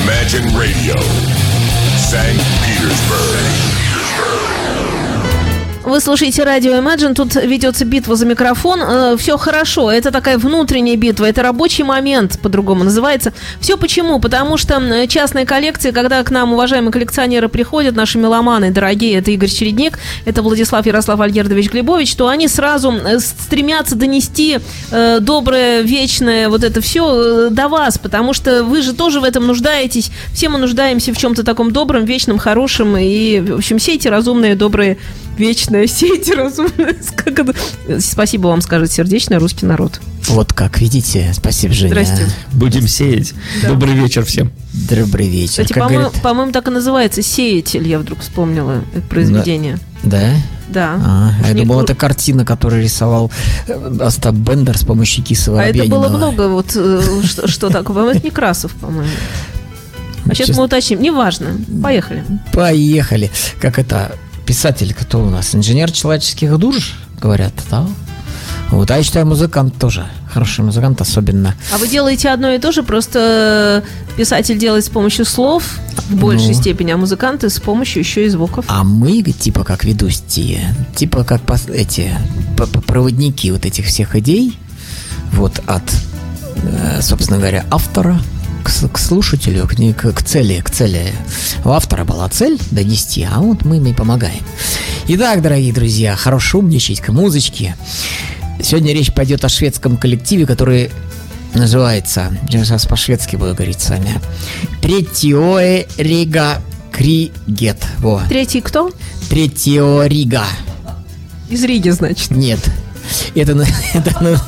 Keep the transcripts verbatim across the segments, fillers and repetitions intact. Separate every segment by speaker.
Speaker 1: Imagine Radio, Санкт-Петербург.
Speaker 2: Вы слушаете радио Imagine, тут ведется битва за микрофон. Э, все хорошо, это такая внутренняя битва, это рабочий момент, по-другому называется. Все почему? Потому что частные коллекции, когда к нам уважаемые коллекционеры приходят, наши меломаны дорогие, это Игорь Чередник, это Владислав Ярослав Альгердович Глебович, то они сразу стремятся донести э, доброе, вечное, вот это все э, до вас, потому что вы же тоже в этом нуждаетесь. Все мы нуждаемся в чем-то таком добром, вечном, хорошем, и, в общем, все эти разумные, добрые, вечная сеть разумная. Как это? Спасибо вам, скажет сердечный русский народ.
Speaker 3: Вот как, видите? Спасибо, Женя.
Speaker 2: Здрасте.
Speaker 4: Будем сеять. Да. Добрый вечер всем.
Speaker 3: Добрый вечер.
Speaker 2: Кстати, по-моему, говорит... по-моему, так и называется «Сеятель», я вдруг вспомнила это произведение.
Speaker 3: Да?
Speaker 2: Да.
Speaker 3: А, я не... думал, это картина, которую рисовал Остап Бендер с помощью Кисова-Рябинина.
Speaker 2: А это было много, вот, что, что такое. По-моему, это Некрасов, по-моему. А сейчас Чест... мы уточним. Неважно. Поехали.
Speaker 3: Поехали. Как это... Писатель, кто у нас? Инженер человеческих душ, говорят, да? Вот, а я считаю, музыкант тоже. Хороший музыкант особенно.
Speaker 2: А вы делаете одно и то же, просто писатель делает с помощью слов в большей ну, степени, а музыканты с помощью еще и звуков.
Speaker 3: А мы, типа, как ведущие, типа, как эти проводники вот этих всех идей, вот от, собственно говоря, автора к, к слушателю, к, к цели, к цели. У автора была цель донести, а вот мы им и помогаем. Итак, дорогие друзья, хорошо умничать к музычке. Сегодня речь пойдет о шведском коллективе, который называется, я сейчас по-шведски буду говорить с вами, Третьорига Кригет. Во.
Speaker 2: Третий кто?
Speaker 3: Третьорига.
Speaker 2: Из Риги, значит.
Speaker 3: Нет. Это, это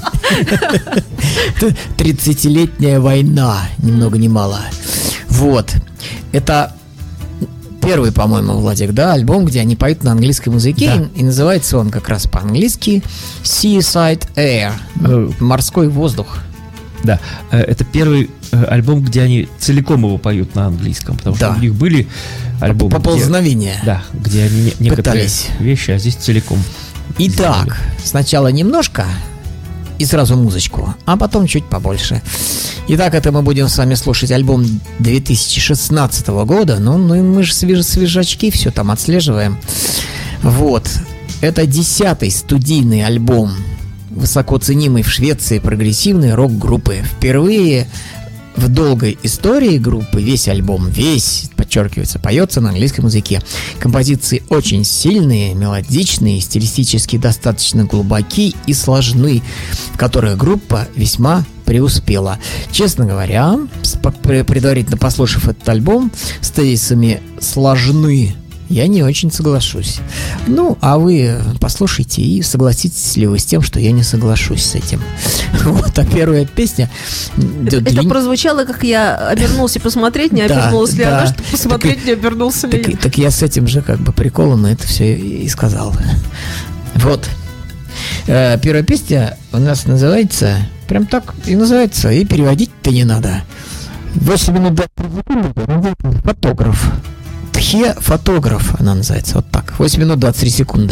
Speaker 3: тридцатилетняя война, ни много ни мало. Вот. Это первый, по-моему, Владик, да, альбом, где они поют на английском языке, да. И, и называется он как раз по-английски Seaside Air, морской воздух.
Speaker 4: Да, это первый альбом, где они целиком его поют на английском, потому что да. У них были альбомы,
Speaker 3: поползновения,
Speaker 4: где, да, где они некоторые
Speaker 3: пытались.
Speaker 4: Вещи, а здесь целиком.
Speaker 3: Итак, сделали. Сначала немножко и сразу музычку, а потом чуть побольше. Итак, это мы будем с вами слушать альбом две тысячи шестнадцатого года. Ну, ну мы же свеж, свежачки, все там отслеживаем. Вот. Это десятый студийный альбом, высоко ценимый в Швеции прогрессивной рок-группы. Впервые в долгой истории группы весь альбом, весь, подчеркивается, поется на английском языке. Композиции очень сильные, мелодичные, стилистически достаточно глубоки и сложны, в которых группа весьма преуспела. Честно говоря, предварительно послушав этот альбом, с тезисами «сложны» я не очень соглашусь. Ну, а вы послушайте и согласитесь ли вы с тем, что я не соглашусь с этим. Вот, а первая песня...
Speaker 2: Это длин... прозвучало, как я обернулся посмотреть, не да, обернулась ли да. она, чтобы посмотреть, так, не обернулся ли
Speaker 3: так, так я с этим же как бы приколом это все и сказал. Вот. Первая песня у нас называется... Прям так и называется, и переводить-то не надо. восемь минут до фотограф. Тхе фотограф, она называется, вот так. восемь минут двадцать три секунды.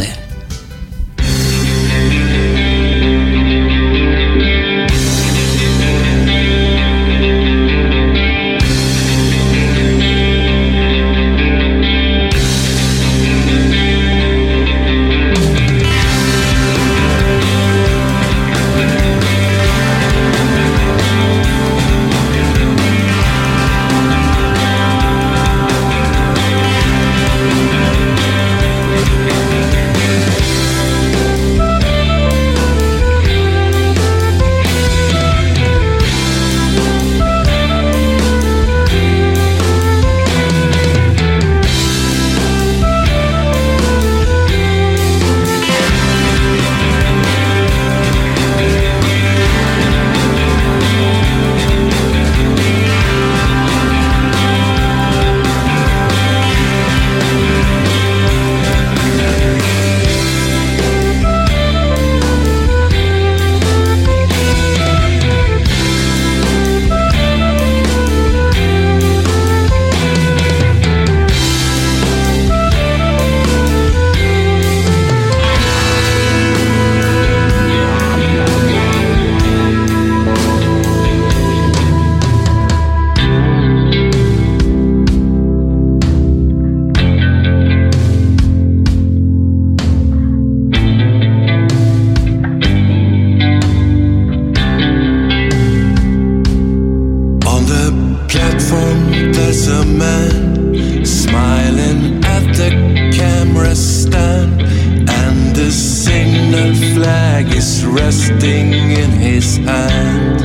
Speaker 1: a man smiling at the camera stand, and the signal flag is resting in his hand.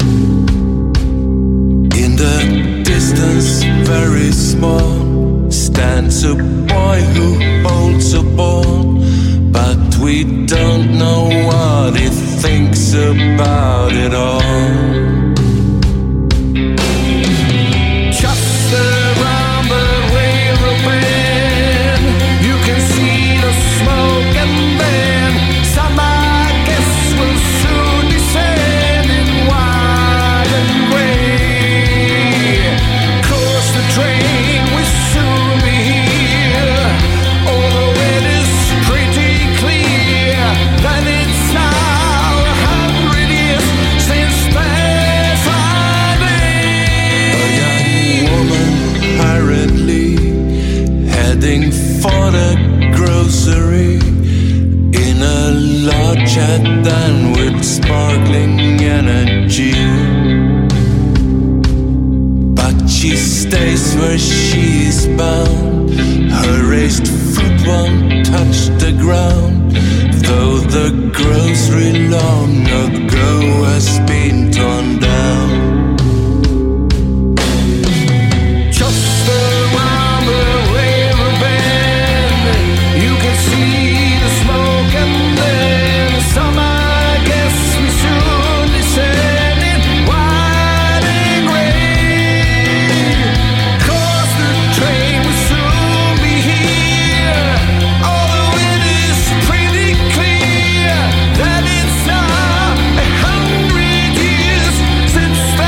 Speaker 1: In the distance, very small, stands a boy who holds a ball, but we don't know what he thinks about it all. Just around the railroad bend, you can see the smoke, and then some, I guess, will soon descend in white and gray. Close the train, we'll soon be here, although it is pretty clear that it's now a hundred years since that Friday. A young woman hurriedly heading for the grocery in a large hat done with sparkling energy. But she stays where she is bound. Her raised foot won't touch the ground, though the grocery long ago has been torn down. Just around the railroad bend, you can see the smoke, and then some, I guess, we soon descend in white and gray. 'Cause the train will soon be here, although it is pretty clear that it's now a hundred years since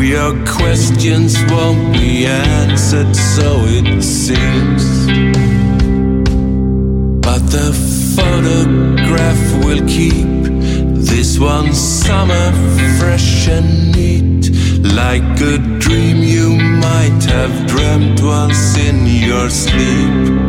Speaker 1: your questions won't be answered, so it seems. But the photograph will keep this one summer fresh and neat, like a dream you might have dreamt once in your sleep.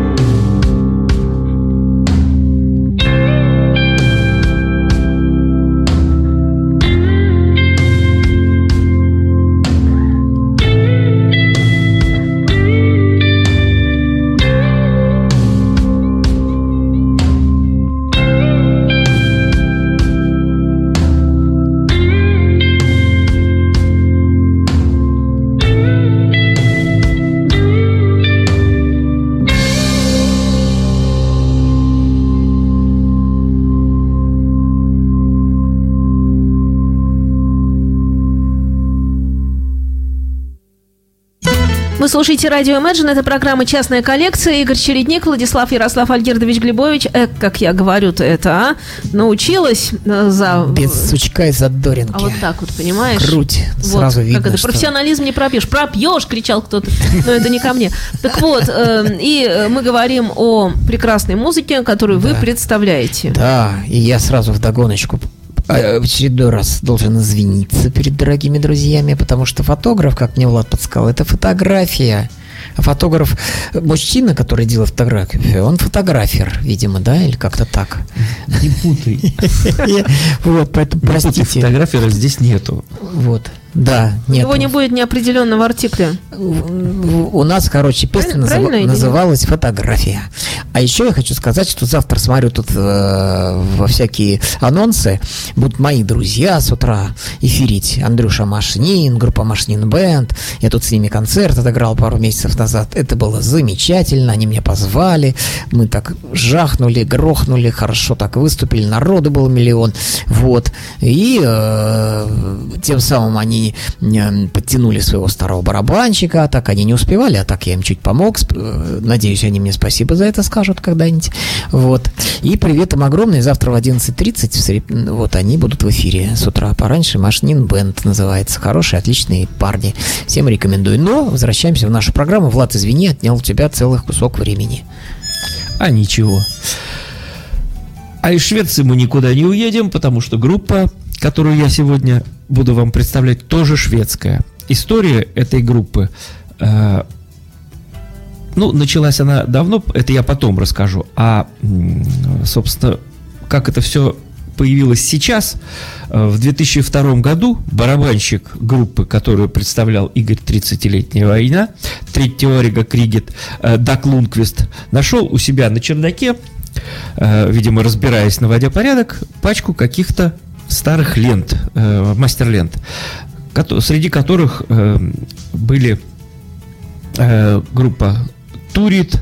Speaker 2: Вы слушаете радио Imagine, это программа «Частная коллекция». Игорь Чередник, Владислав Ярослав Альгердович Глебович. Э, как я говорю-то это, а? Научилась за...
Speaker 3: Без сучка и задоринки.
Speaker 2: А вот так вот, понимаешь?
Speaker 3: Грудь, сразу
Speaker 2: вот,
Speaker 3: видно,
Speaker 2: как это,
Speaker 3: что...
Speaker 2: профессионализм не пропьешь. Пропьешь, кричал кто-то, но это не ко мне. Так вот, э, и мы говорим о прекрасной музыке, которую
Speaker 3: да.
Speaker 2: вы представляете.
Speaker 3: Да, и я сразу вдогоночку в очередной раз должен извиниться перед дорогими друзьями, потому что фотограф, как мне Влад подсказал, это фотография. А фотограф, мужчина, который делает фотографию, он фотографер, видимо, да, или как-то так.
Speaker 4: Не путай.
Speaker 3: Вот, поэтому простите.
Speaker 4: Фотографера здесь нету.
Speaker 3: Вот. Да, нет.
Speaker 2: Его не будет неопределенного артикля.
Speaker 3: У нас, короче, песня назыв... называлась «Фотография». А еще я хочу сказать, что завтра смотрю тут э, во всякие анонсы. Будут мои друзья с утра эфирить. Андрюша Машнин, группа Машнин Бэнд. Я тут с ними концерт отыграл пару месяцев назад. Это было замечательно. Они меня позвали. Мы так жахнули, грохнули, хорошо так выступили. Народу было миллион. Вот. И э, тем самым они подтянули своего старого барабанщика, а так они не успевали, а так я им чуть помог. Надеюсь, они мне спасибо за это скажут когда-нибудь. Вот. И привет им огромный. Завтра в одиннадцать тридцать вот они будут в эфире с утра пораньше. Машнин Бэнд называется. Хорошие, отличные парни. Всем рекомендую. Но возвращаемся в нашу программу. Влад, извини, отнял у тебя целый кусок времени.
Speaker 4: А ничего. А из Швеции мы никуда не уедем, потому что группа, которую я сегодня буду вам представлять, тоже шведская. История этой группы, э, ну, началась она давно, это я потом расскажу. А, собственно, как это все появилось сейчас, в две тысячи втором году барабанщик группы, которую представлял Игорь «тридцатилетняя война», третьего Орига Кригет, Дак Лунквист, нашел у себя на чердаке, э, видимо, разбираясь, наводя порядок, пачку каких-то старых лент, э, мастер-лент, ко- среди которых э, были э, группа Турит,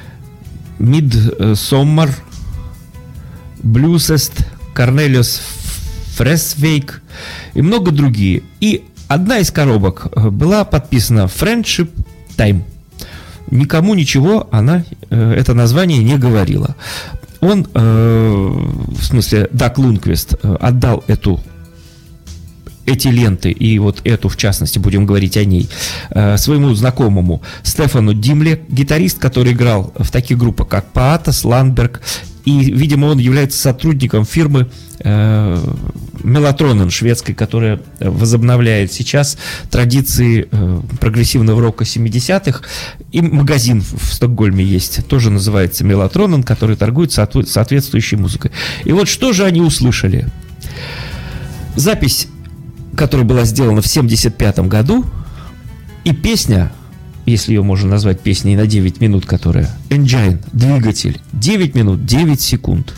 Speaker 4: Мидсоммар, Блюсест, Корнелиус Фресвейк и много другие. И одна из коробок была подписана Friendship Time. Никому ничего она, э, это название не говорила. Он, э, в смысле, Дак Лунквист, э, отдал эту, эти ленты, и вот эту, в частности, будем говорить о ней, э, своему знакомому Стефану Димле, гитарист, который играл в таких группах, как Паатас, Ландберг, и, видимо, он является сотрудником фирмы э, Мелатронен шведской, которая возобновляет сейчас традиции э, прогрессивного рока семидесятых. И магазин в Стокгольме есть, тоже называется Мелатронен, который торгует соответствующей музыкой. И вот что же они услышали? Запись, которая была сделана в семьдесят пятом году, и песня, если ее можно назвать песней на девять минут, которая Engine, двигатель, девять минут, девять секунд.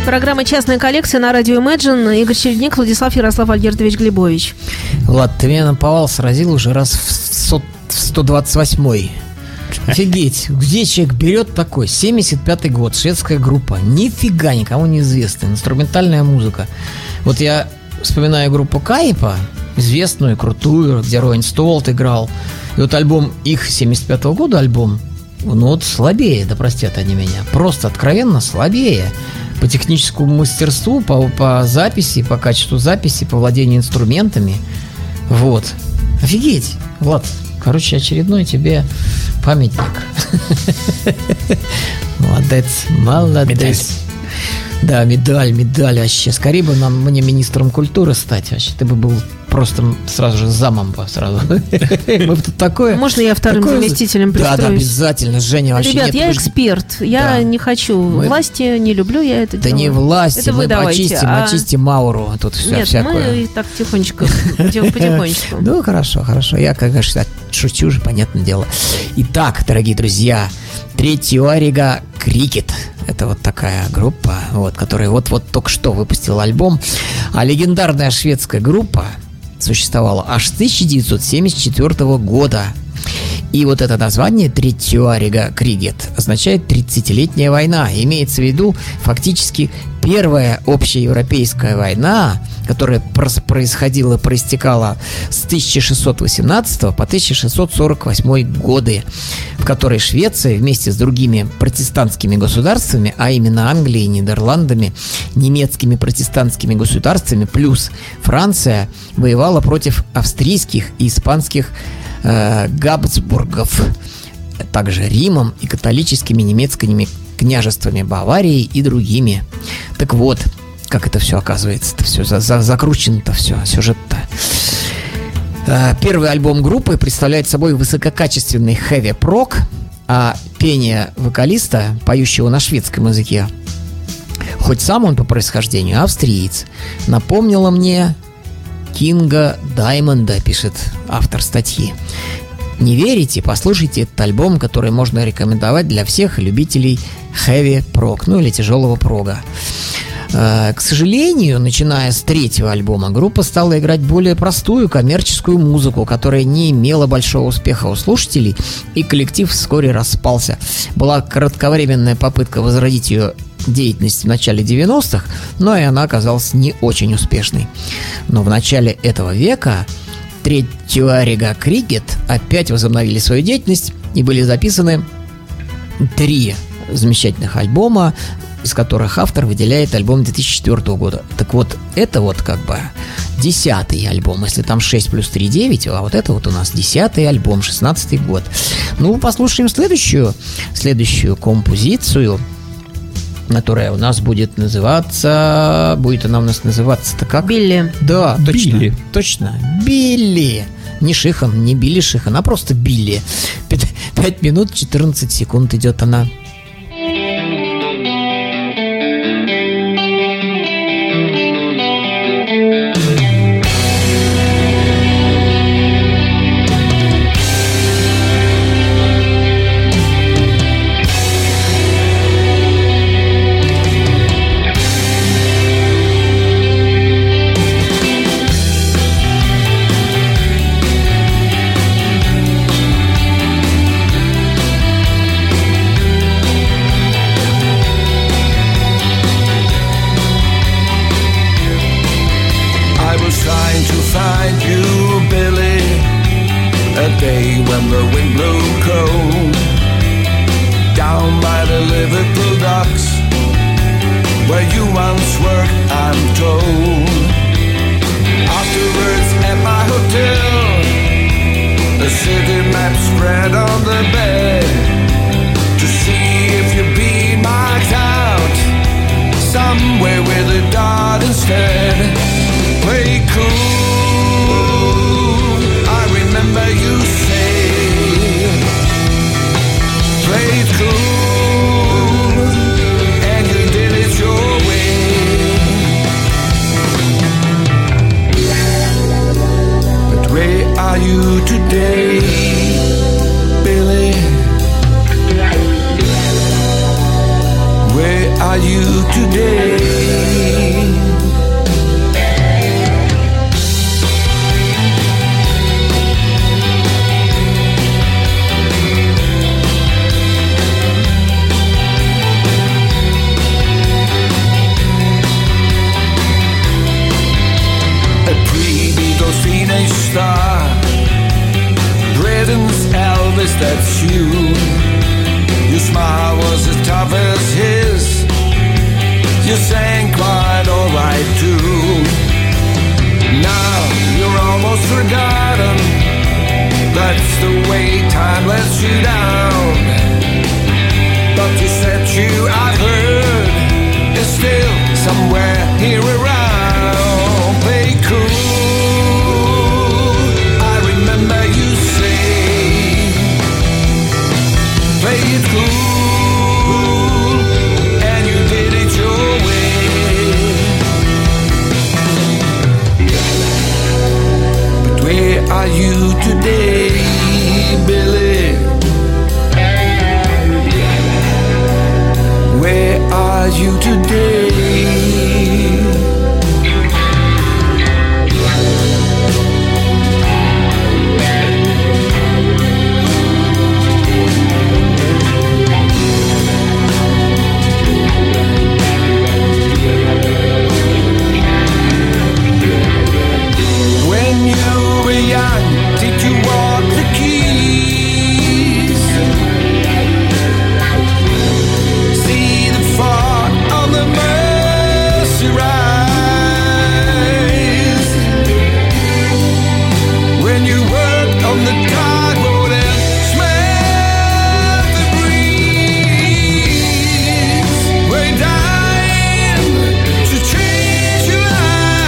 Speaker 2: Программа «Частная коллекция» на радио Imagine. Игорь Чередник, Владислав Ярослав Альгертович Глебович.
Speaker 3: Влад, ты меня наповал, сразил уже раз в сто двадцать восьмой. Офигеть, где человек берет такой? семьдесят пятый год, шведская группа. Нифига никому не известная. Инструментальная музыка. Вот я вспоминаю группу Кайпа, известную, крутую, где Роин Столт играл. И вот альбом их семьдесят пятого года, альбом, ну вот слабее, да простят они меня. Просто откровенно слабее. По техническому мастерству, по, по записи, по качеству записи, по владению инструментами. Вот. Офигеть, Влад. Короче, очередной тебе памятник. Молодец, молодец.
Speaker 4: Медаль.
Speaker 3: Да, медаль, медаль вообще. Скорее бы нам, мне министром культуры стать вообще. Ты бы был просто сразу же замом бы сразу. Мы тут такое...
Speaker 2: Можно я вторым
Speaker 3: такое...
Speaker 2: заместителем пристроюсь?
Speaker 3: Да, да, обязательно. Женя вообще...
Speaker 2: Ребят,
Speaker 3: нет,
Speaker 2: я
Speaker 3: вы...
Speaker 2: эксперт. Я
Speaker 3: да.
Speaker 2: не хочу
Speaker 3: мы...
Speaker 2: власти, не люблю я это
Speaker 3: да
Speaker 2: дело.
Speaker 3: Да не власти,
Speaker 2: это
Speaker 3: мы
Speaker 2: давайте,
Speaker 3: почистим,
Speaker 2: а...
Speaker 3: очистим ауру. Тут все
Speaker 2: Нет,
Speaker 3: всякое.
Speaker 2: мы так тихонечко, потихонечку.
Speaker 3: Ну, хорошо, хорошо. Я, конечно, шучу же, понятное дело. Итак, дорогие друзья, Третью Арига Крикет. Это вот такая группа, вот, которая вот-вот только что выпустила альбом. А легендарная шведская группа существовала аж с тысяча девятьсот семьдесят четвёртого года. И вот это название Третью Арига Кригет означает тридцатилетняя война. Имеется в виду фактически первая общеевропейская война, которая происходила, проистекала с тысяча шестьсот восемнадцатого по тысяча шестьсот сорок восьмой годы, в которой Швеция вместе с другими протестантскими государствами, а именно Англией, Нидерландами, немецкими протестантскими государствами, плюс Франция, воевала против австрийских и испанских э, Габсбургов, также Римом и католическими немецкими княжествами Баварии и другими. Так вот, как это все оказывается, это все за, за, закручено-то все, сюжет-то. Э, первый альбом группы представляет собой высококачественный хэви-прок, а пение вокалиста, поющего на шведском языке, хоть сам он по происхождению австриец, напомнило мне Кинга Даймонда, пишет автор статьи. Не верите? Послушайте этот альбом, который можно рекомендовать для всех любителей хэви-прог, ну или тяжелого прога. К сожалению, начиная с третьего альбома, группа стала играть более простую коммерческую музыку, которая не имела большого успеха у слушателей, и коллектив вскоре распался. Была кратковременная попытка возродить ее деятельность в начале девяностых, но и она оказалась не очень успешной. Но в начале этого века Третью Арига Кригет опять возобновили свою деятельность, и были записаны три замечательных альбома, из которых автор выделяет альбом две тысячи четвёртого года. Так вот, это вот как бы десятый альбом. Если там шесть плюс три – девять, а вот это вот у нас десятый альбом, шестнадцатый год. Ну, послушаем следующую, следующую композицию, которая у нас будет называться... Будет она у нас называться-то как?
Speaker 2: Билли.
Speaker 3: Да, точно.
Speaker 4: Билли.
Speaker 3: Точно. Билли. Не Шихан, не Билли Шихан, а просто Билли. пять минут четырнадцать секунд идет она.
Speaker 1: Are you today? you sang quite alright too. Now you're almost forgotten. That's the way time lets you down. But you said you, I heard, is still somewhere here around. Play cool, I remember you say. Play it cool, and you did it your way. But where are you today, Billy? Where are you today? When you were young, did you walk the keys? See the fog on the Mersey rise. When you worked on the tugboat and smelled the breeze. We're dying to change your life.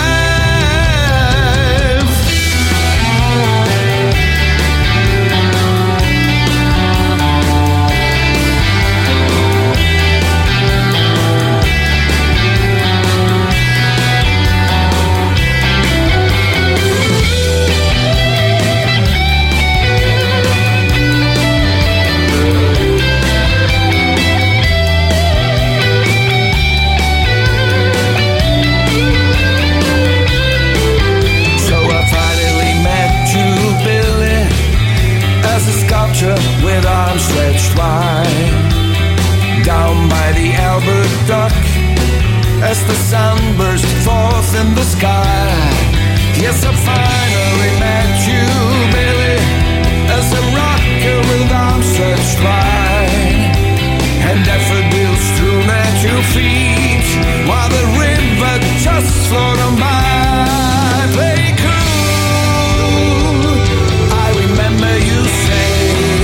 Speaker 1: So I finally met you, Billy, as a sculpture with arms stretched wide, down by the Albert Dock, as the sun burst forth in the sky. Yes, I finally met you, Billy, as a rocker with arms stretched wide, and daffodils strewn at your feet, while the river just flowed on by. Play cool, I remember you say.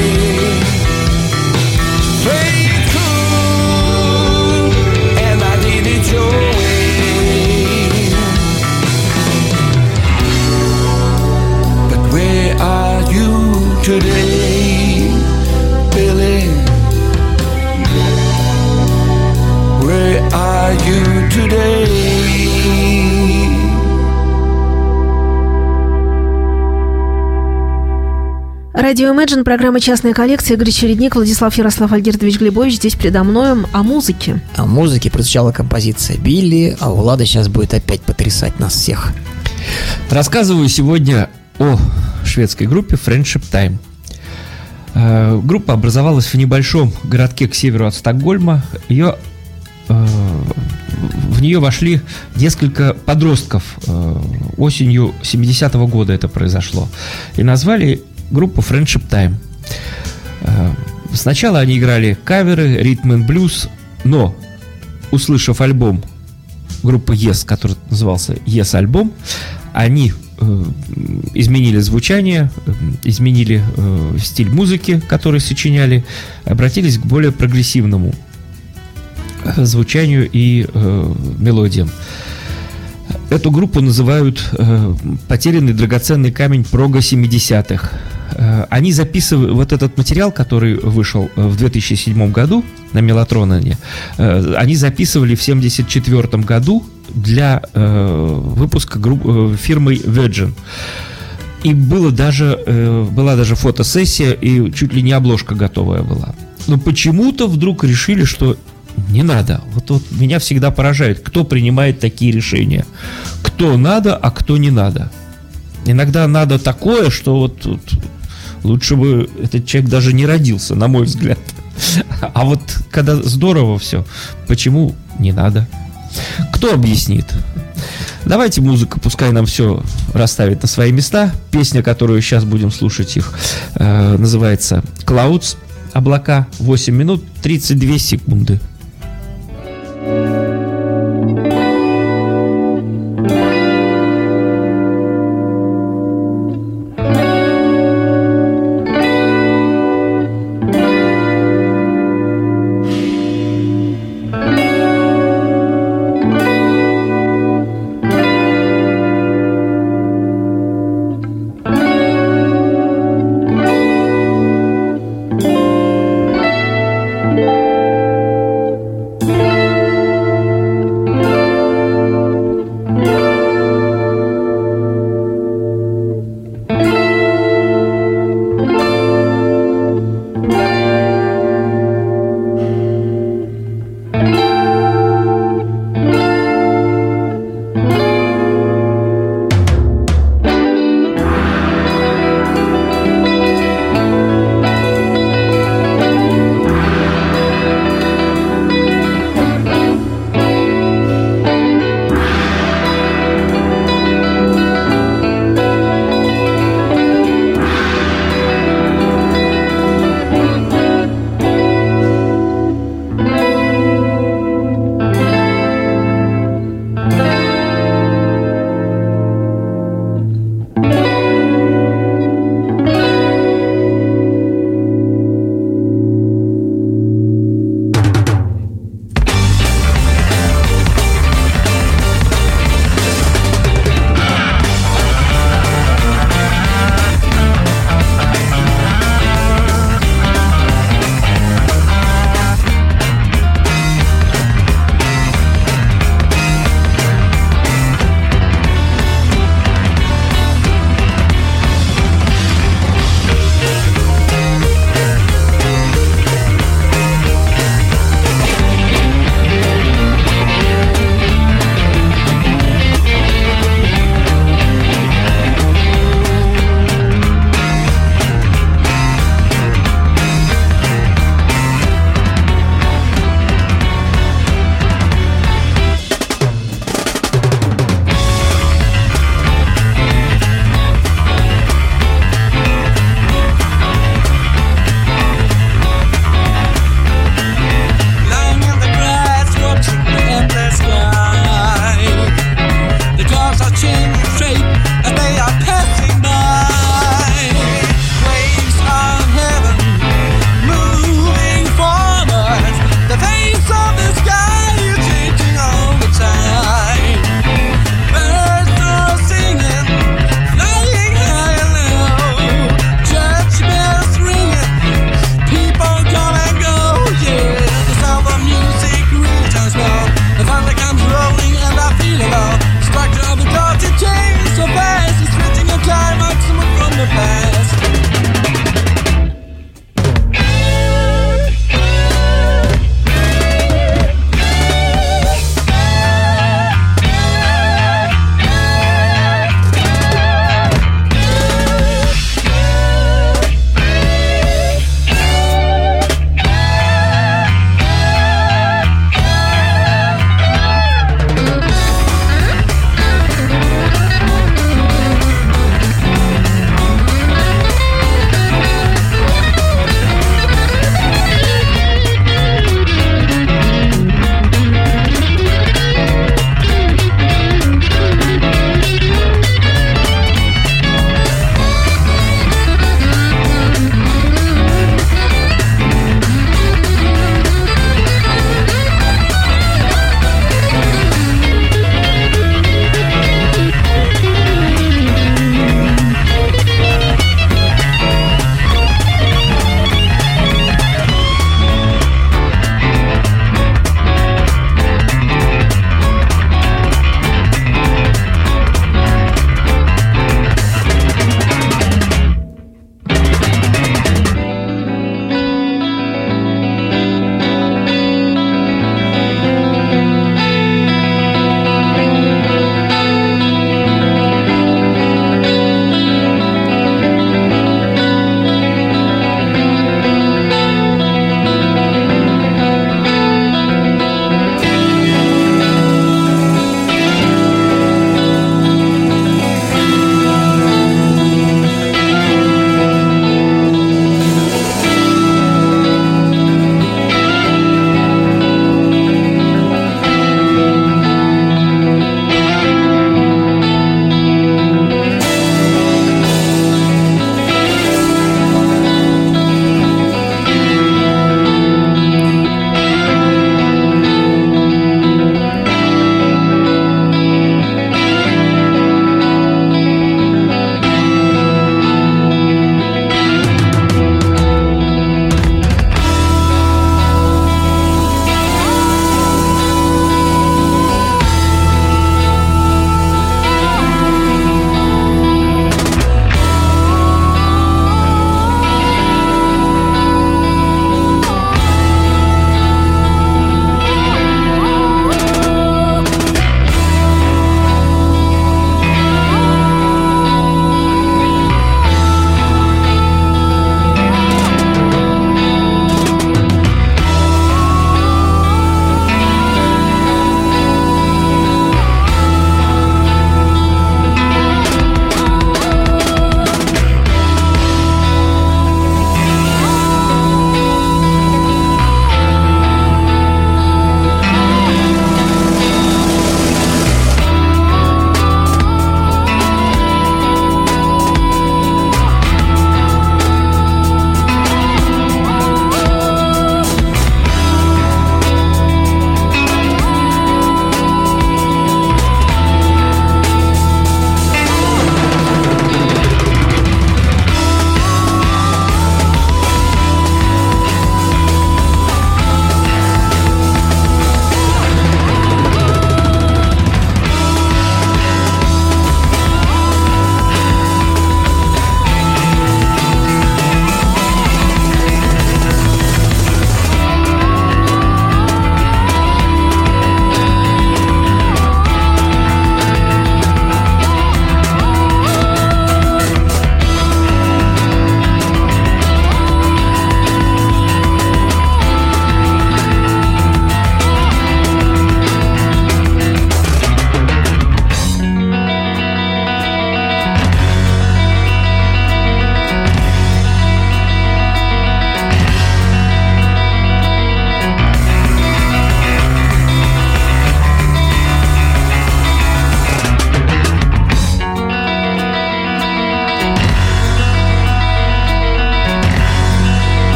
Speaker 1: Play it cool, and I did it your way. But where are you today, Billy? Where are you today?
Speaker 2: Радио Imagine, программа «Частная коллекция». Игорь Чередник, Владислав Ярослав Альгертович Глебович. Здесь передо мной о музыке.
Speaker 3: О музыке прозвучала композиция Билли, а Влада сейчас будет опять потрясать нас всех.
Speaker 4: Рассказываю сегодня о шведской группе Friendship Time. Э, Группа образовалась в небольшом городке к северу от Стокгольма. Ее, э, в нее вошли несколько подростков. Э, Осенью семидесятого года это произошло. И назвали группу Friendship Time. Э, Сначала они играли каверы, ритм и блюз, но, услышав альбом группы Yes, который назывался Yes альбом, они э, изменили звучание, э, изменили э, стиль музыки, который сочиняли, обратились к более прогрессивному э, звучанию и э, мелодиям. Эту группу называют э, «Потерянный драгоценный камень прога семидесятых». Э, они записывали вот этот материал, который вышел в две тысячи седьмом году на Мелатроне, э, они записывали в семьдесят четвёртом году для э, выпуска групп, э, фирмой Virgin. И было даже, э, была даже фотосессия, и чуть ли не обложка готовая была. Но почему-то вдруг решили, что не надо. Вот, вот меня всегда поражает, кто принимает такие решения. Кто надо, а кто не надо. Иногда надо такое, что вот, вот лучше бы этот человек даже не родился, на мой взгляд. А вот когда здорово все, почему не надо? Кто объяснит? Давайте музыка, пускай нам все расставит на свои места. Песня, которую сейчас будем слушать их, э, называется «Clouds», облака, восемь минут тридцать две секунды.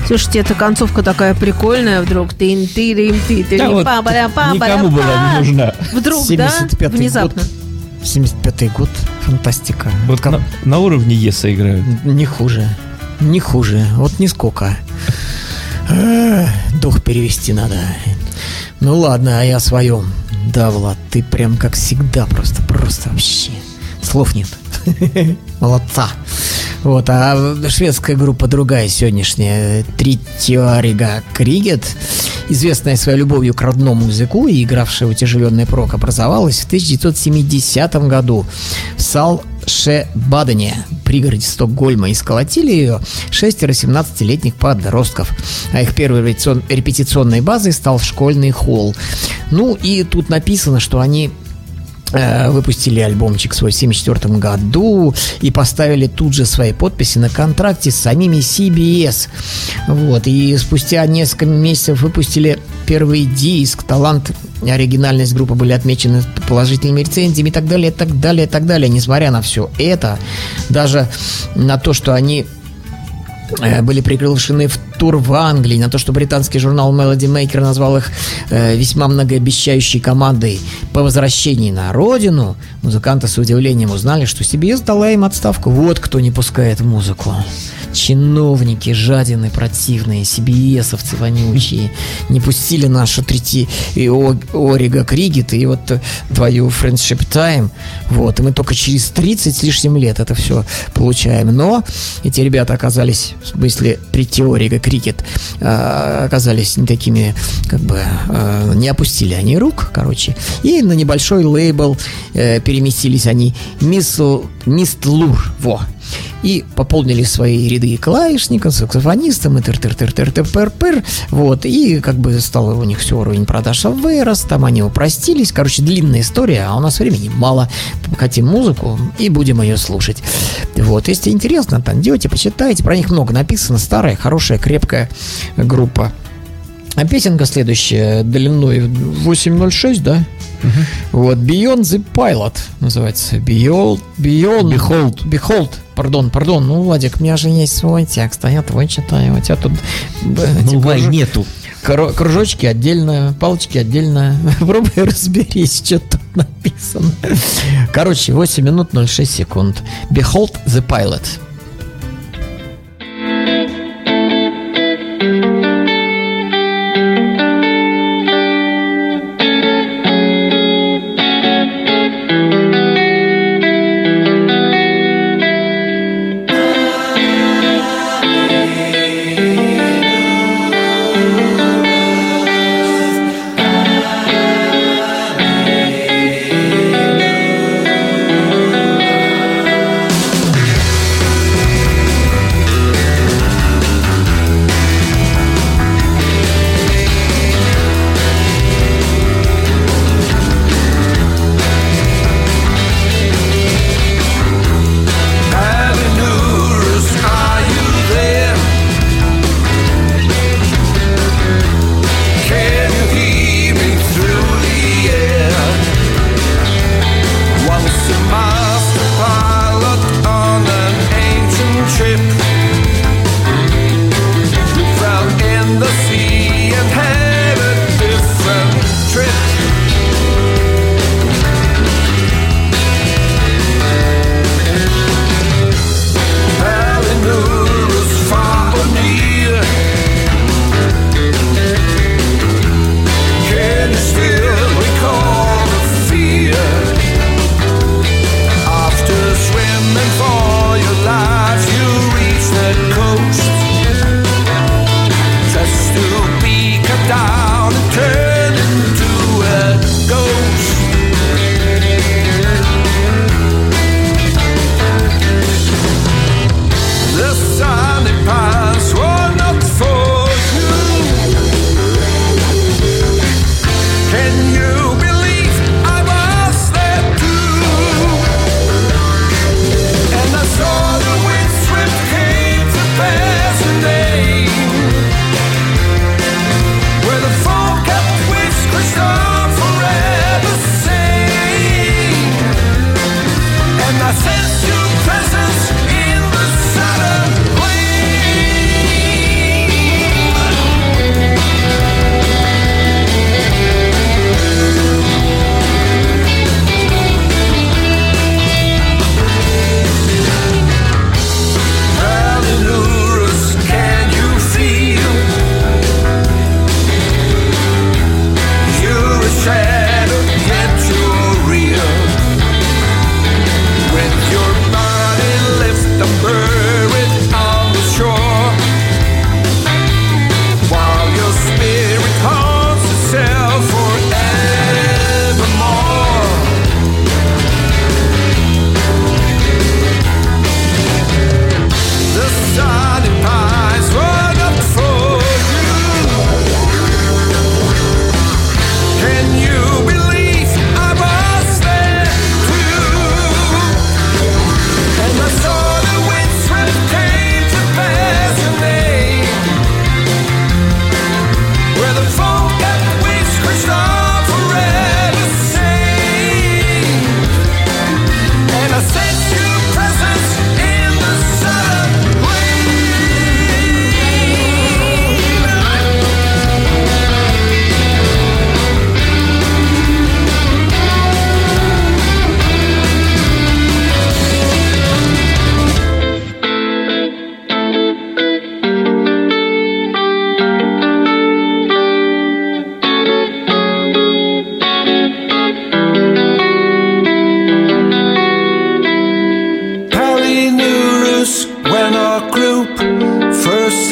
Speaker 2: Слушайте, эта концовка такая прикольная вдруг. Тын, тырым, ты, ты,
Speaker 4: Да, вот никому была не нужна.
Speaker 2: Вдруг, да?
Speaker 3: семьдесят пятый
Speaker 2: Внезапно.
Speaker 3: год. семьдесят пятый год. Фантастика.
Speaker 4: Вот на, на уровне Еса играют.
Speaker 3: Не хуже. Не хуже. Вот нисколько. А, дух перевести надо. Ну ладно, а я о своем. Да, Влад, ты прям как всегда просто, просто вообще. Слов нет. Молодца. Вот, а шведская группа другая сегодняшняя, Тритиорига Кригет, известная своей любовью к родному языку и игравшая утяжеленный прок, образовалась в тысяча девятьсот семидесятом году в Салшебадене, пригороде Стокгольма, и сколотили ее шестеро семнадцатилетних подростков. А их первой репетиционной базой стал школьный холл. Ну и тут написано, что они выпустили альбомчик свой в семьдесят четвёртом году и поставили тут же свои подписи на контракте с самими си би эс. Вот. И спустя несколько месяцев выпустили первый диск. Талант и оригинальность группы были отмечены положительными рецензиями и так далее, и так далее, и так далее. Несмотря на все это, даже на то, что они были приглашены в тур в Англии, на то, что британский журнал Melody Maker назвал их э, весьма многообещающей командой по возвращении на родину, музыканты с удивлением узнали, что си би эс дала им отставку. Вот кто не пускает музыку. Чиновники, жадины, противные, си би эсовцы вонючие не пустили нашу третий Орига Кригет и вот твою Friendship Time. Вот, и мы только через тридцать с лишним лет это все получаем. Но эти ребята оказались, в смысле, третий Орига Кригет, оказались не такими, как бы, не опустили они рук, короче, и на небольшой лейбл переместились они, Мистлур, во, и пополнили свои ряды клавишником, саксофонистом и тыр-тыр-тыр-тыр-тыр-пыр-пыр, вот, и как бы стало у них все, уровень продаж вырос, там они упростились, короче, длинная история, а у нас времени мало, хотим музыку и будем ее слушать, вот, если интересно, там, идете, почитайте, про них много написано, старая, хорошая, крепкая группа. А песенка следующая, длиной восемь ноль шесть, да? Uh-huh. Вот, Beyond the Pilot называется. Beyond, Beyond, Behold, Behold, пардон, пардон, ну, Владик, у меня же есть свой текст, а я твой читаю, у тебя тут...
Speaker 4: Ну, Вай, кружок... нету.
Speaker 3: Кружочки отдельно, палочки отдельно. Попробуй разберись, что тут написано. Короче, восемь минут ноль шесть секунд. Behold the Pilot.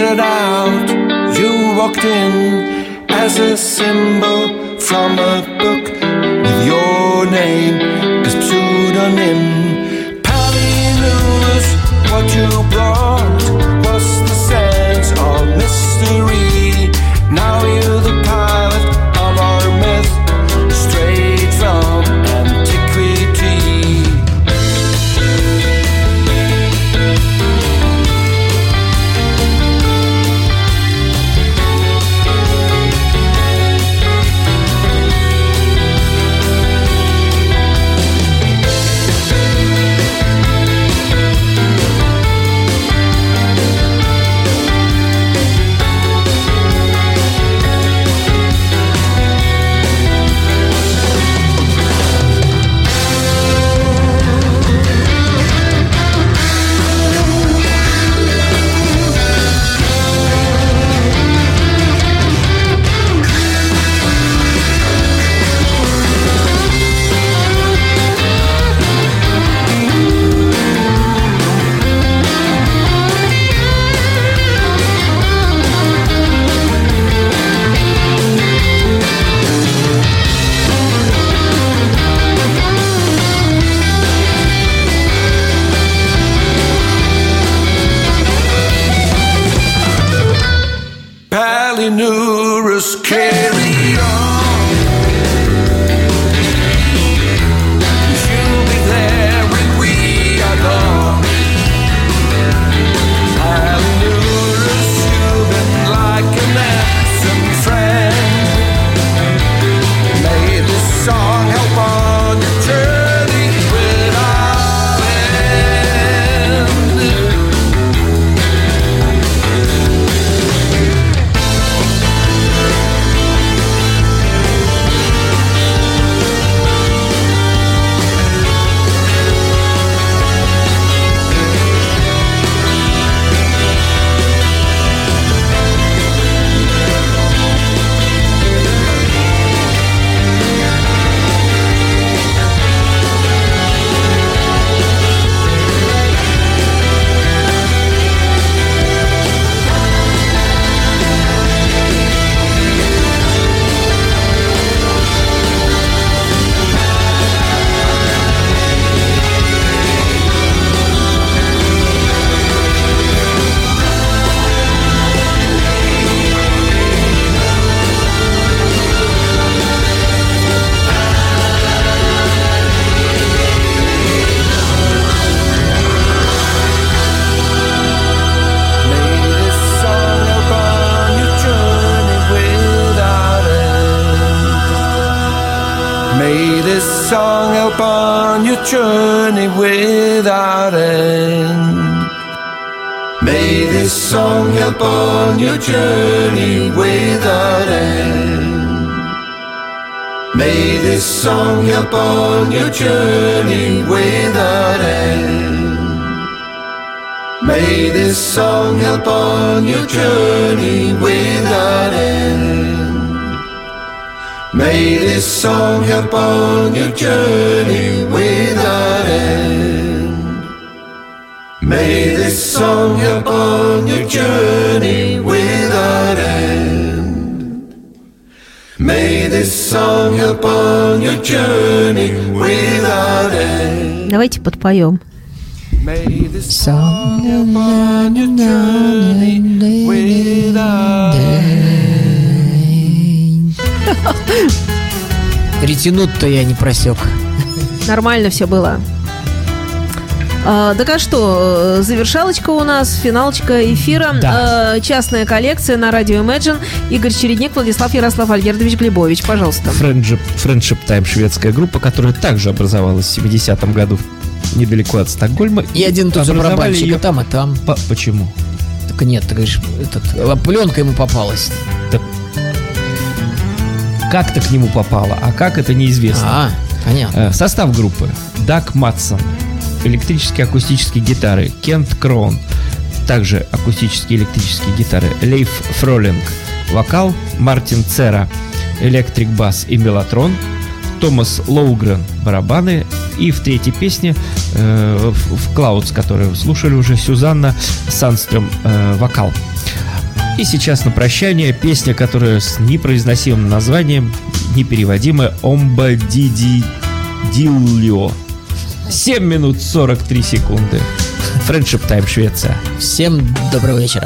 Speaker 1: started out, you walked in as a symbol from a book with your name as pseudonym. Pally News, what you brought was the sense of mystery. Now you're the pilot of our myth, straight from antiquity. Palinurus, carry on. You'll be there when we are gone. Palinurus, you've been like an absent friend. May this song help on your journey without end. May this song help on your journey without end. May this song help on your journey without end. May this song help on your journey without end. May this song help on your journey without end. May this song help on your journey without end. May this song help on your journey without end. May this song help on your journey without end.
Speaker 2: Давайте подпоем.
Speaker 1: May this song help on your journey without end.
Speaker 3: Ретянуть-то я не просек.
Speaker 2: Нормально все было. А, так а что, завершалочка у нас, финалочка эфира.
Speaker 4: Да.
Speaker 2: А, частная коллекция на радио Imagine. Игорь Чередник, Владислав Ярослав Альгердович Глебович, пожалуйста.
Speaker 4: Friendship, Friendship Time, шведская группа, которая также образовалась в семидесятом году недалеко от Стокгольма.
Speaker 3: И один тот же барабанщик,
Speaker 4: ее...
Speaker 3: и там, и там.
Speaker 4: По- почему?
Speaker 3: Так нет, ты говоришь, этот, пленка ему попалась.
Speaker 4: Так... Как-то к нему попало, а как это неизвестно.
Speaker 3: А, понятно.
Speaker 4: Состав группы: Даг Матсон, электрические акустические гитары, Кент Крон, также акустические электрические гитары, Лейф Фролинг, вокал, Мартин Цера, электрик бас и мелатрон, Томас Лоугрен, барабаны, и в третьей песне э, в, в Clouds, которую вы слушали уже, Сюзанна Санстрём, э, вокал. И сейчас на прощание песня, которая с непроизносимым названием, непереводимая «Омба Диди Диллио». семь минут сорок три секунды. Friendship Time, Швеция.
Speaker 3: Всем доброго вечера.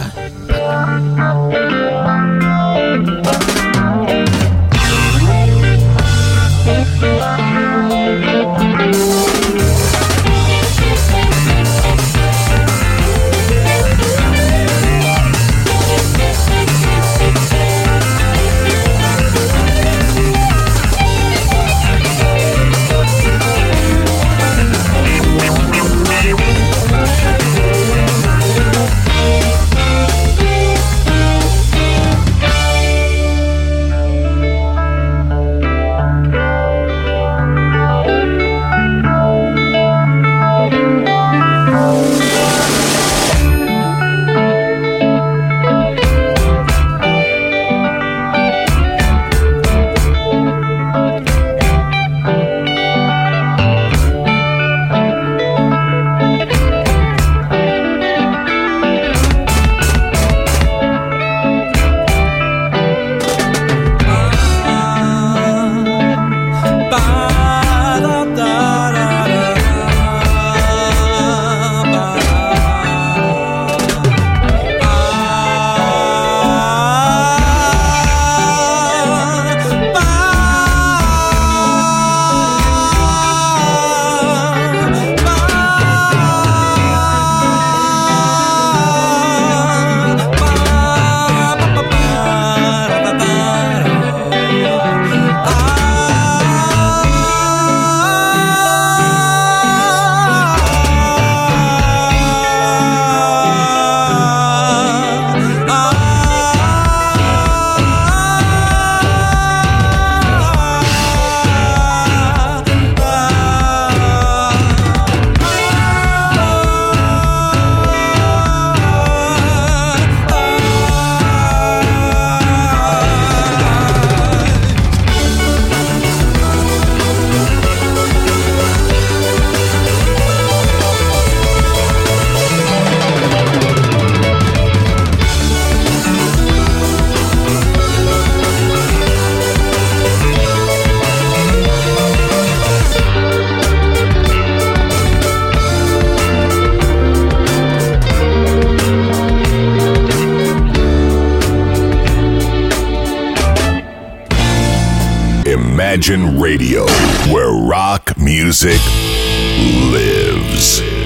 Speaker 5: Imagine Radio, where rock music lives.